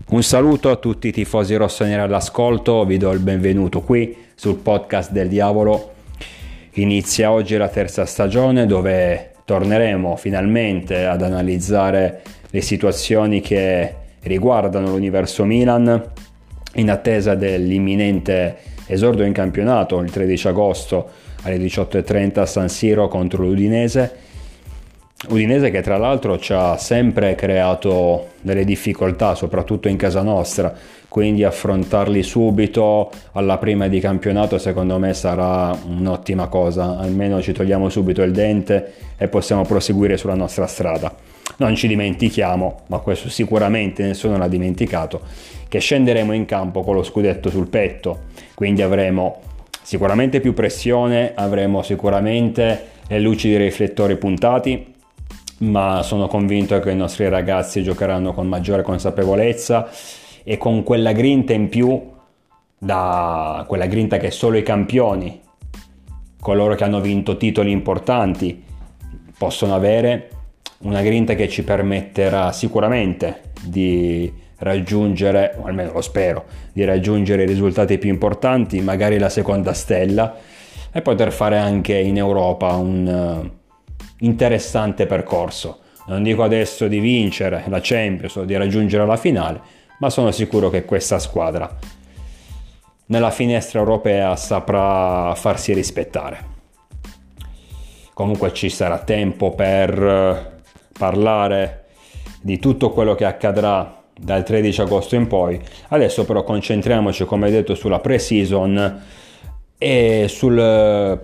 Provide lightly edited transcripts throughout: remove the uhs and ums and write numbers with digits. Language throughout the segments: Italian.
Un saluto a tutti i tifosi rossoneri all'ascolto, vi do il benvenuto qui sul podcast del Diavolo. Inizia oggi la terza stagione dove torneremo finalmente ad analizzare le situazioni che riguardano l'universo Milan in attesa dell'imminente esordio in campionato il 13 agosto alle 18:30 a San Siro contro l'Udinese. Udinese che tra l'altro ci ha sempre creato delle difficoltà, soprattutto in casa nostra, quindi affrontarli subito alla prima di campionato secondo me sarà un'ottima cosa, almeno ci togliamo subito il dente e possiamo proseguire sulla nostra strada. Non ci dimentichiamo, ma questo sicuramente nessuno l'ha dimenticato, che scenderemo in campo con lo scudetto sul petto, quindi avremo sicuramente più pressione, avremo sicuramente le luci dei riflettori puntati, ma sono convinto che i nostri ragazzi giocheranno con maggiore consapevolezza e con quella grinta in più, quella grinta che solo i campioni, coloro che hanno vinto titoli importanti, possono avere, una grinta che ci permetterà sicuramente di raggiungere, o almeno lo spero, di raggiungere i risultati più importanti, magari la seconda stella, e poter fare anche in Europa un interessante percorso. Non dico adesso di vincere la Champions o di raggiungere la finale, ma sono sicuro che questa squadra nella finestra europea saprà farsi rispettare. Comunque ci sarà tempo per parlare di tutto quello che accadrà dal 13 agosto in poi. Adesso però concentriamoci, come detto, sulla pre-season e sul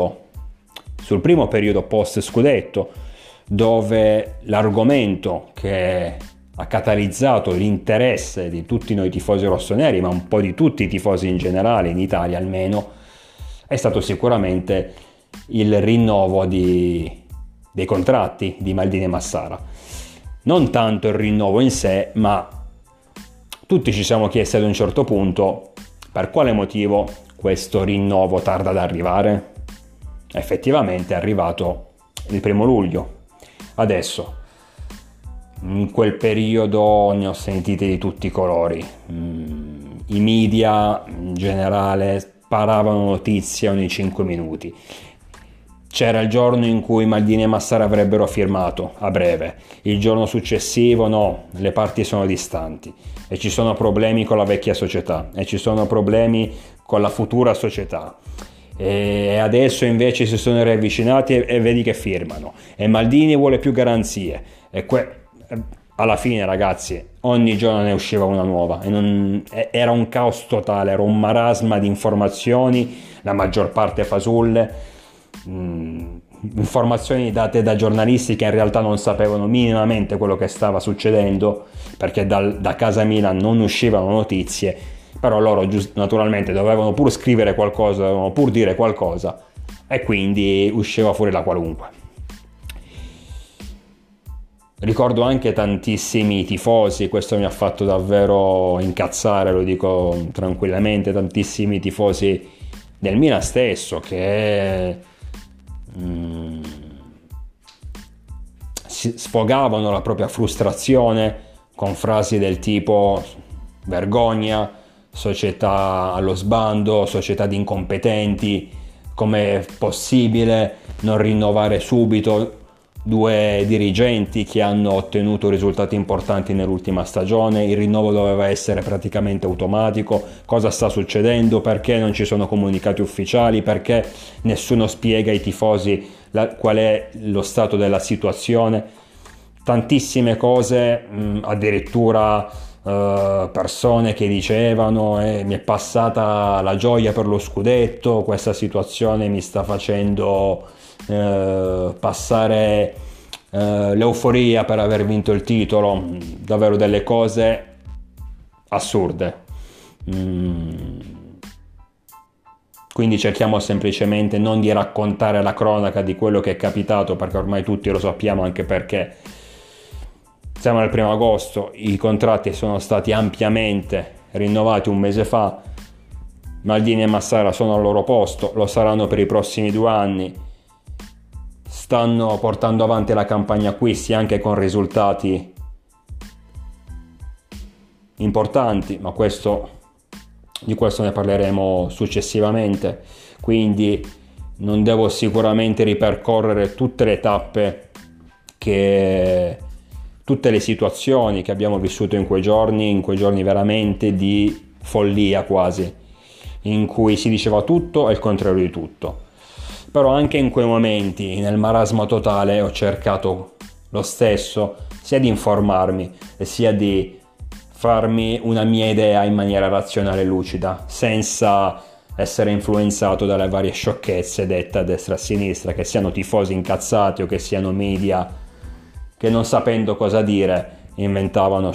primo periodo post scudetto, dove l'argomento che ha catalizzato l'interesse di tutti noi tifosi rossoneri, ma un po' di tutti i tifosi in generale, in Italia almeno, è stato sicuramente il rinnovo dei contratti di Maldini e Massara. Non tanto il rinnovo in sé, ma tutti ci siamo chiesti ad un certo punto per quale motivo questo rinnovo tarda ad arrivare. Effettivamente è arrivato il 1 luglio. Adesso, in quel periodo ne ho sentite di tutti i colori. I media in generale sparavano notizie ogni 5 minuti. C'era il giorno in cui Maldini e Massara avrebbero firmato a breve, il giorno successivo no, le parti sono distanti e ci sono problemi con la vecchia società e ci sono problemi con la futura società. E adesso invece si sono riavvicinati e vedi che firmano e Maldini vuole più garanzie e alla fine, ragazzi, ogni giorno ne usciva una nuova e era un caos totale, era un marasma di informazioni, la maggior parte fasulle, informazioni date da giornalisti che in realtà non sapevano minimamente quello che stava succedendo, perché da casa Milan non uscivano notizie. Però loro naturalmente dovevano pur scrivere qualcosa, dovevano pur dire qualcosa e quindi usciva fuori la qualunque. Ricordo anche tantissimi tifosi, questo mi ha fatto davvero incazzare, lo dico tranquillamente, tantissimi tifosi del Milan stesso che sfogavano la propria frustrazione con frasi del tipo vergogna, società allo sbando, società di incompetenti, com'è possibile non rinnovare subito due dirigenti che hanno ottenuto risultati importanti nell'ultima stagione, il rinnovo doveva essere praticamente automatico, cosa sta succedendo, perché non ci sono comunicati ufficiali, perché nessuno spiega ai tifosi qual è lo stato della situazione, tantissime cose, addirittura persone che dicevano mi è passata la gioia per lo scudetto, questa situazione mi sta facendo passare l'euforia per aver vinto il titolo, davvero delle cose assurde. Quindi cerchiamo semplicemente non di raccontare la cronaca di quello che è capitato, perché ormai tutti lo sappiamo, anche perché siamo al 1 agosto, i contratti sono stati ampiamente rinnovati un mese fa, Maldini e Massara sono al loro posto, lo saranno per i prossimi 2 anni, stanno portando avanti la campagna acquisti anche con risultati importanti, ma di questo ne parleremo successivamente, quindi non devo sicuramente ripercorrere tutte le tappe, tutte le situazioni che abbiamo vissuto in quei giorni veramente di follia quasi, in cui si diceva tutto e il contrario di tutto. Però anche in quei momenti, nel marasma totale, ho cercato lo stesso sia di informarmi e sia di farmi una mia idea in maniera razionale e lucida, senza essere influenzato dalle varie sciocchezze dette a destra e a sinistra, che siano tifosi incazzati o che siano media che, non sapendo cosa dire, inventavano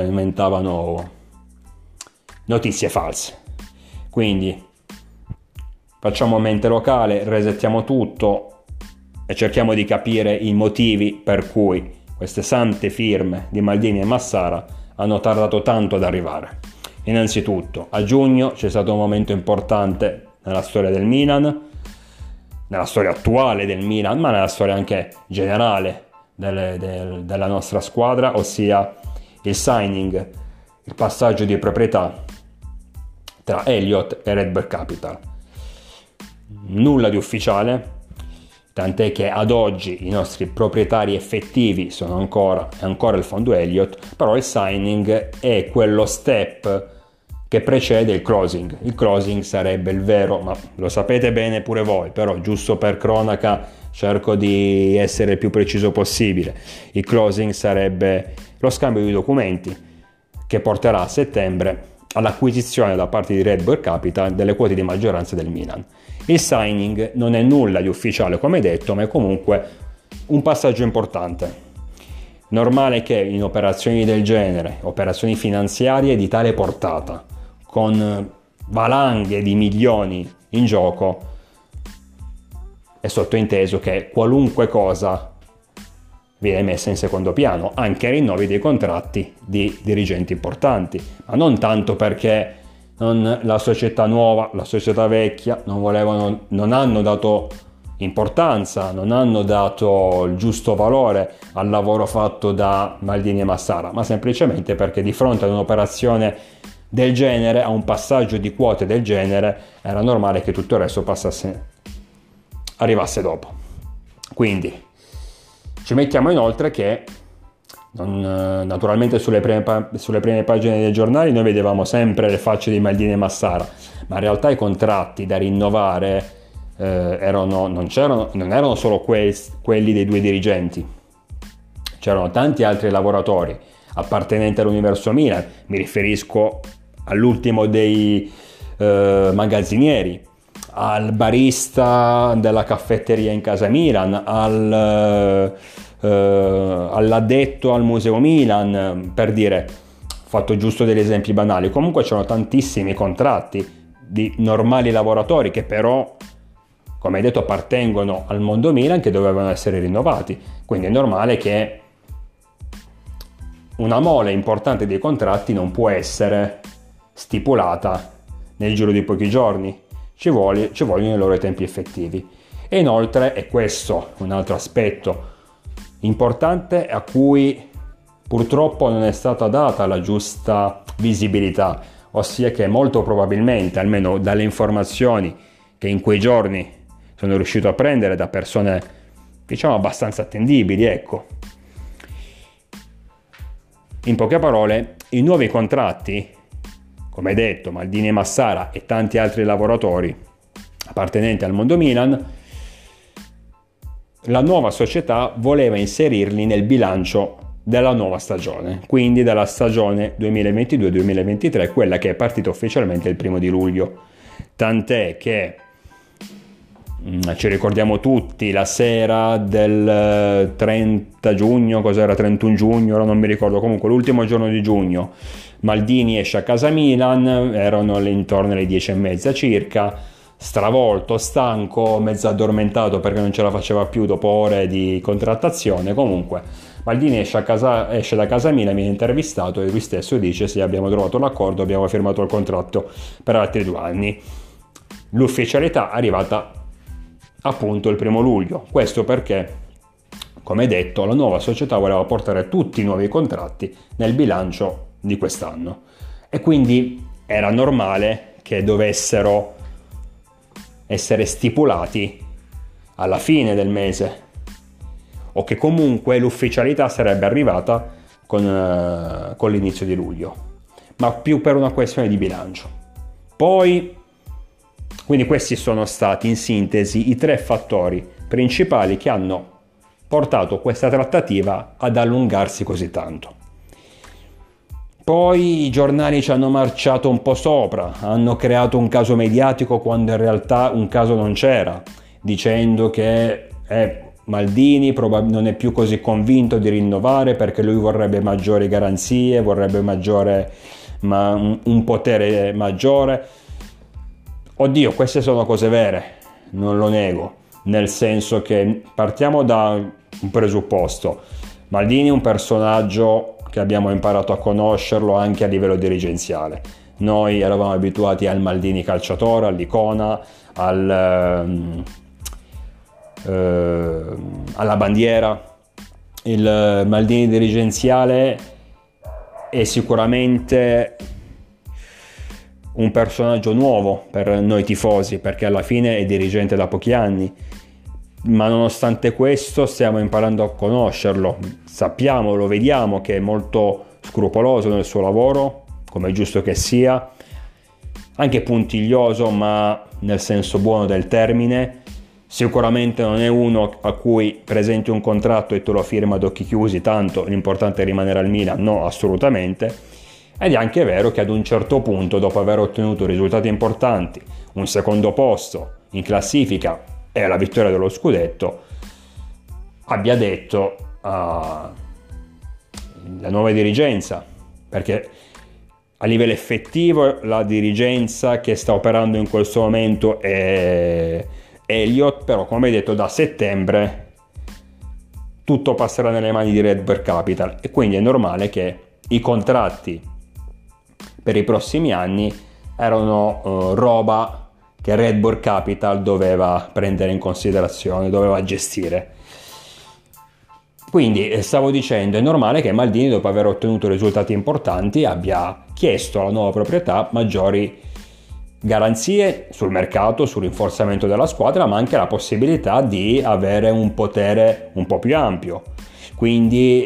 notizie false. Quindi facciamo mente locale, resettiamo tutto e cerchiamo di capire i motivi per cui queste sante firme di Maldini e Massara hanno tardato tanto ad arrivare. Innanzitutto, a giugno c'è stato un momento importante nella storia del Milan, nella storia attuale del Milan, ma nella storia anche generale della nostra squadra, ossia il signing, il passaggio di proprietà tra Elliott e Red Bull Capital. Nulla di ufficiale, tant'è che ad oggi i nostri proprietari effettivi sono ancora il fondo Elliott, però il signing è quello step che precede il closing. Il closing sarebbe il vero, ma lo sapete bene pure voi, però giusto per cronaca cerco di essere il più preciso possibile. Il closing sarebbe lo scambio di documenti che porterà a settembre all'acquisizione da parte di Red Bull Capital delle quote di maggioranza del Milan. Il signing non è nulla di ufficiale, come detto, ma è comunque un passaggio importante. Normale che in operazioni del genere, operazioni finanziarie di tale portata, con valanghe di milioni in gioco, è sottointeso che qualunque cosa viene messa in secondo piano, anche rinnovi dei contratti di dirigenti importanti, ma non tanto perché la società nuova, la società vecchia non hanno dato importanza, non hanno dato il giusto valore al lavoro fatto da Maldini e Massara, ma semplicemente perché di fronte ad un'operazione del genere, a un passaggio di quote del genere, era normale che tutto il resto arrivasse dopo. Quindi ci mettiamo inoltre che naturalmente sulle prime pagine dei giornali noi vedevamo sempre le facce di Maldini e Massara, ma in realtà i contratti da rinnovare non erano solo quelli dei due dirigenti, c'erano tanti altri lavoratori appartenenti all'Universo Milan. Mi riferisco all'ultimo dei magazzinieri, al barista della caffetteria in casa Milan, all'addetto al Museo Milan, per dire, fatto giusto degli esempi banali. Comunque c'erano tantissimi contratti di normali lavoratori che però, come detto, appartengono al mondo Milan, che dovevano essere rinnovati. Quindi è normale che una mole importante dei contratti non può essere stipulata nel giro di pochi giorni, ci vogliono i loro tempi effettivi. E inoltre, e questo è un altro aspetto importante a cui purtroppo non è stata data la giusta visibilità, ossia che molto probabilmente, almeno dalle informazioni che in quei giorni sono riuscito a prendere da persone diciamo abbastanza attendibili, ecco, in poche parole, i nuovi contratti, come detto, Maldini e Massara e tanti altri lavoratori appartenenti al mondo Milan, la nuova società voleva inserirli nel bilancio della nuova stagione, quindi della stagione 2022-2023, quella che è partita ufficialmente il 1 luglio. Tant'è che ci ricordiamo tutti la sera del 30 giugno, cos'era, 31 giugno, ora non mi ricordo, comunque l'ultimo giorno di giugno, Maldini esce a casa Milan, erano intorno alle 10:30 circa, stravolto, stanco, mezzo addormentato perché non ce la faceva più dopo ore di contrattazione. Comunque Maldini esce da casa Milan, viene intervistato e lui stesso dice: sì, abbiamo trovato l'accordo, abbiamo firmato il contratto per altri 2 anni. L'ufficialità è arrivata appunto il 1 luglio, questo perché, come detto, la nuova società voleva portare tutti i nuovi contratti nel bilancio di quest'anno, e quindi era normale che dovessero essere stipulati alla fine del mese, o che comunque l'ufficialità sarebbe arrivata con l'inizio di luglio, ma più per una questione di bilancio. Poi, quindi questi sono stati in sintesi i 3 fattori principali che hanno portato questa trattativa ad allungarsi così tanto. Poi i giornali ci hanno marciato un po' sopra, hanno creato un caso mediatico quando in realtà un caso non c'era, dicendo che Maldini non è più così convinto di rinnovare perché lui vorrebbe maggiori garanzie, vorrebbe un potere maggiore. Oddio, queste sono cose vere, non lo nego, nel senso che partiamo da un presupposto. Maldini è un personaggio che abbiamo imparato a conoscerlo anche a livello dirigenziale. Noi eravamo abituati al Maldini calciatore, all'icona, alla bandiera. Il Maldini dirigenziale è sicuramente un personaggio nuovo per noi tifosi, perché alla fine è dirigente da pochi anni, ma nonostante questo stiamo imparando a conoscerlo, sappiamo, lo vediamo che è molto scrupoloso nel suo lavoro, come è giusto che sia, anche puntiglioso, ma nel senso buono del termine. Sicuramente non è uno a cui presenti un contratto e te lo firma ad occhi chiusi, tanto l'importante è rimanere al Milan, no, assolutamente. Ed è anche vero che ad un certo punto, dopo aver ottenuto risultati importanti, un secondo posto in classifica e la vittoria dello scudetto, abbia detto alla nuova dirigenza, perché a livello effettivo la dirigenza che sta operando in questo momento è Elliott, però come detto da settembre tutto passerà nelle mani di Red Bull Capital, e quindi è normale che i contratti per i prossimi anni erano roba che Red Bull Capital doveva prendere in considerazione, doveva gestire. Quindi stavo dicendo, è normale che Maldini, dopo aver ottenuto risultati importanti, abbia chiesto alla nuova proprietà maggiori garanzie sul mercato, sul rinforzamento della squadra, ma anche la possibilità di avere un potere un po' più ampio. Quindi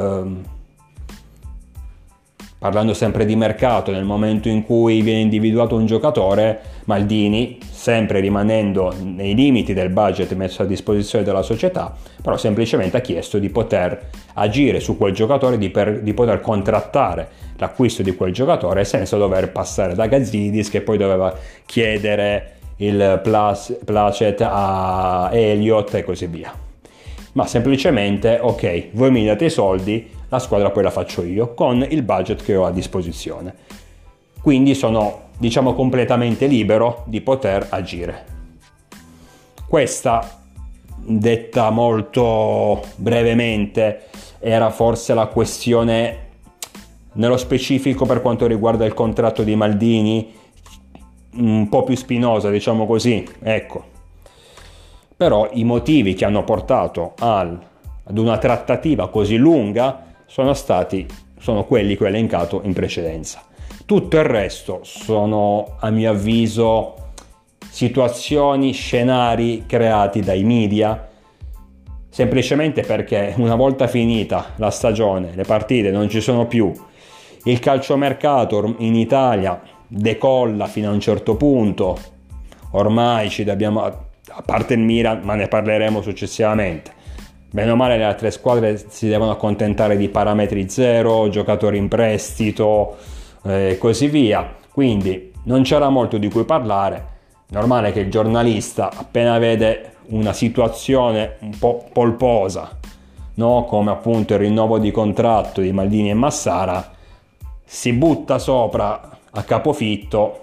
parlando sempre di mercato, nel momento in cui viene individuato un giocatore, Maldini, sempre rimanendo nei limiti del budget messo a disposizione della società, però semplicemente ha chiesto di poter agire su quel giocatore, di poter contrattare l'acquisto di quel giocatore senza dover passare da Gazidis, che poi doveva chiedere il placet a Elliott e così via. Ma semplicemente, ok, voi mi date i soldi, la squadra poi la faccio io con il budget che ho a disposizione. Quindi sono, diciamo, completamente libero di poter agire. Questa, detta molto brevemente, era forse la questione nello specifico per quanto riguarda il contratto di Maldini, un po' più spinosa, diciamo così, ecco. Però i motivi che hanno portato ad una trattativa così lunga sono quelli che ho elencato in precedenza. Tutto il resto sono, a mio avviso, situazioni, scenari creati dai media, semplicemente perché una volta finita la stagione, le partite non ci sono più, il calciomercato in Italia decolla fino a un certo punto, ormai ci dobbiamo, a parte il Milan, ma ne parleremo successivamente, bene o male le altre squadre si devono accontentare di parametri zero, giocatori in prestito e così via, quindi non c'era molto di cui parlare. Normale che il giornalista, appena vede una situazione un po' polposa, no? Come appunto il rinnovo di contratto di Maldini e Massara, si butta sopra a capofitto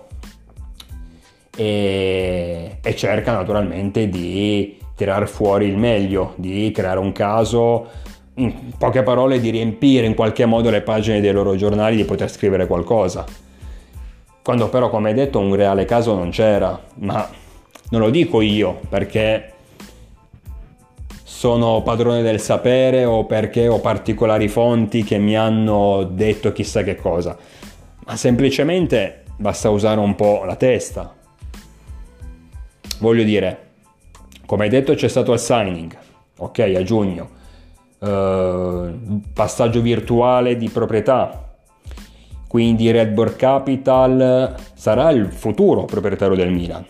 e cerca naturalmente di tirar fuori il meglio, di creare un caso, in poche parole di riempire in qualche modo le pagine dei loro giornali, di poter scrivere qualcosa, quando però, come hai detto, un reale caso non c'era. Ma non lo dico io, perché sono padrone del sapere o perché ho particolari fonti che mi hanno detto chissà che cosa, ma semplicemente basta usare un po' la testa. Voglio dire, come hai detto c'è stato il signing, ok, a giugno, passaggio virtuale di proprietà, quindi Red Bull Capital sarà il futuro proprietario del Milan.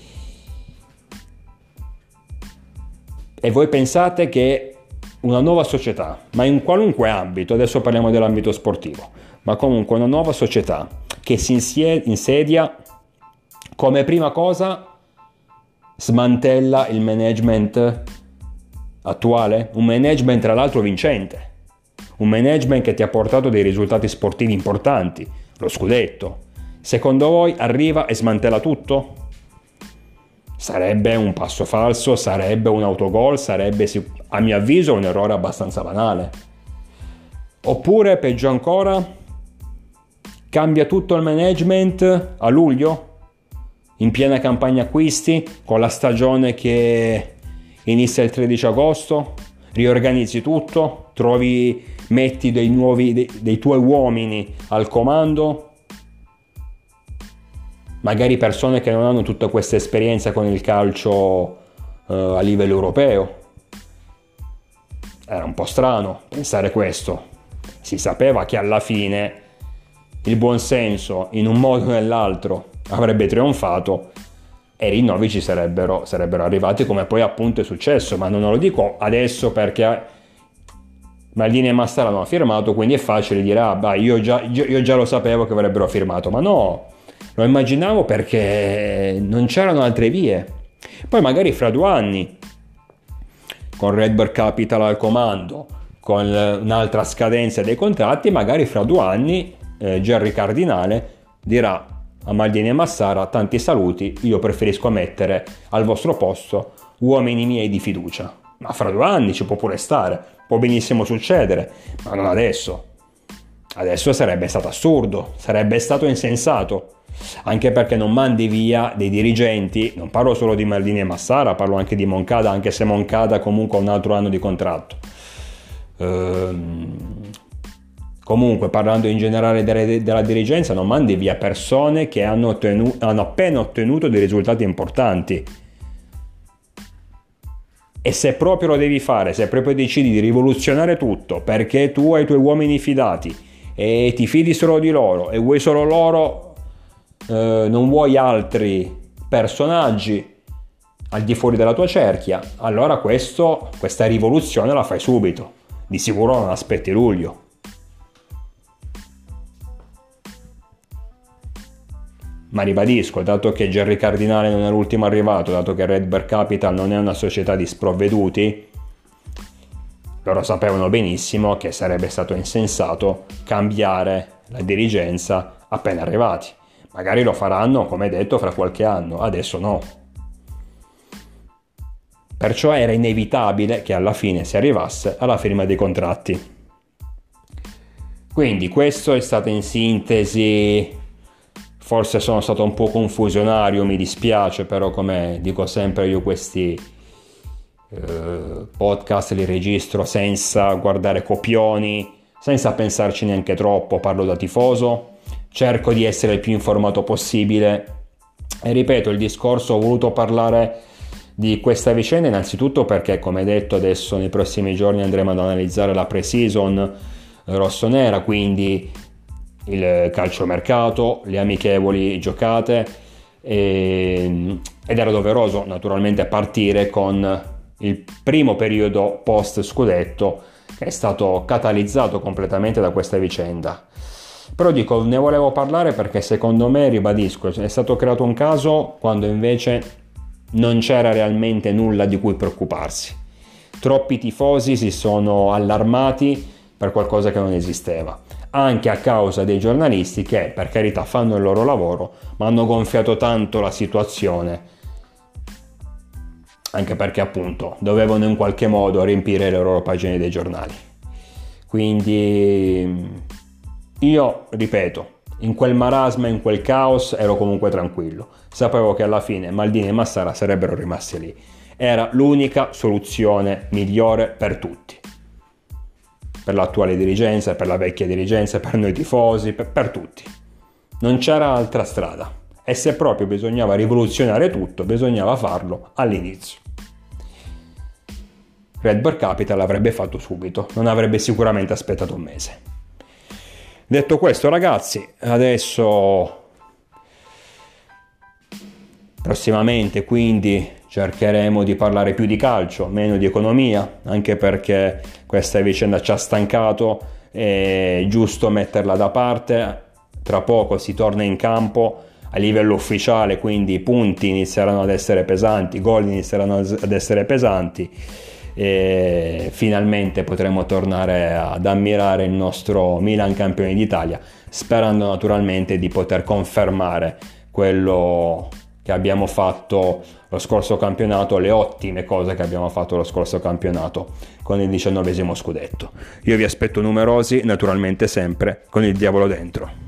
E voi pensate che una nuova società, ma in qualunque ambito, adesso parliamo dell'ambito sportivo, ma comunque una nuova società che si insedia, come prima cosa smantella il management attuale, un management tra l'altro vincente, un management che ti ha portato dei risultati sportivi importanti, lo scudetto. Secondo voi arriva e smantella tutto? Sarebbe un passo falso, sarebbe un autogol, sarebbe a mio avviso un errore abbastanza banale. Oppure peggio ancora, cambia tutto il management a luglio, in piena campagna acquisti, con la stagione che inizia il 13 agosto, riorganizzi tutto, metti dei tuoi uomini al comando, magari persone che non hanno tutta questa esperienza con il calcio a livello europeo. Era un po' strano pensare questo. Si sapeva che alla fine il buonsenso in un modo o nell'altro avrebbe trionfato e i rinnovi ci sarebbero arrivati, come poi appunto è successo, ma non lo dico adesso perché Maldini e Massara hanno firmato, quindi è facile dire io già lo sapevo che avrebbero firmato, ma no, lo immaginavo perché non c'erano altre vie. Poi magari fra 2 anni, con Red Bull Capital al comando, con un'altra scadenza dei contratti, magari fra 2 anni Gerry Cardinale dirà a Maldini e Massara: tanti saluti, io preferisco mettere al vostro posto uomini miei di fiducia. Ma fra 2 anni ci può pure stare, può benissimo succedere, ma non adesso. Adesso sarebbe stato assurdo, sarebbe stato insensato, anche perché non mandi via dei dirigenti. Non parlo solo di Maldini e Massara, parlo anche di Moncada, anche se Moncada comunque ha un altro anno di contratto. Comunque, parlando in generale della dirigenza, non mandi via persone che hanno appena ottenuto dei risultati importanti. E se proprio lo devi fare, se proprio decidi di rivoluzionare tutto perché tu hai i tuoi uomini fidati e ti fidi solo di loro e vuoi solo loro, non vuoi altri personaggi al di fuori della tua cerchia, allora questa rivoluzione la fai subito. Di sicuro non aspetti luglio. Ma ribadisco, dato che Gerry Cardinale non è l'ultimo arrivato, dato che Red Bull Capital non è una società di sprovveduti, loro sapevano benissimo che sarebbe stato insensato cambiare la dirigenza appena arrivati. Magari lo faranno, come detto, fra qualche anno, adesso no. Perciò era inevitabile che alla fine si arrivasse alla firma dei contratti. Quindi questo è stato in sintesi. Forse sono stato un po' confusionario, mi dispiace, però come dico sempre io questi podcast li registro senza guardare copioni, senza pensarci neanche troppo, parlo da tifoso, cerco di essere il più informato possibile e ripeto, il discorso ho voluto parlare di questa vicenda innanzitutto perché, come detto, adesso nei prossimi giorni andremo ad analizzare la pre-season rossonera, quindi il calciomercato, le amichevoli giocate ed era doveroso naturalmente partire con il primo periodo post scudetto che è stato catalizzato completamente da questa vicenda. Però dico, ne volevo parlare perché secondo me, ribadisco, è stato creato un caso quando invece non c'era realmente nulla di cui preoccuparsi. Troppi tifosi si sono allarmati per qualcosa che non esisteva, anche a causa dei giornalisti che, per carità, fanno il loro lavoro, ma hanno gonfiato tanto la situazione, anche perché appunto dovevano in qualche modo riempire le loro pagine dei giornali. Quindi io, ripeto, in quel marasma, in quel caos ero comunque tranquillo, sapevo che alla fine Maldini e Massara sarebbero rimasti lì era l'unica soluzione migliore per tutti, per l'attuale dirigenza, per la vecchia dirigenza, per noi tifosi, per tutti. Non c'era altra strada, e se proprio bisognava rivoluzionare tutto, bisognava farlo all'inizio. Red Bull Capital l'avrebbe fatto subito, non avrebbe sicuramente aspettato un mese. Detto questo, ragazzi, adesso prossimamente quindi cercheremo di parlare più di calcio, meno di economia, anche perché questa vicenda ci ha stancato, è giusto metterla da parte. Tra poco si torna in campo a livello ufficiale, quindi i punti inizieranno ad essere pesanti, i gol inizieranno ad essere pesanti, e finalmente potremo tornare ad ammirare il nostro Milan campione d'Italia, sperando naturalmente di poter confermare quello che abbiamo fatto lo scorso campionato, le ottime cose che abbiamo fatto lo scorso campionato con il 19° scudetto. Io vi aspetto numerosi, naturalmente sempre con il diavolo dentro.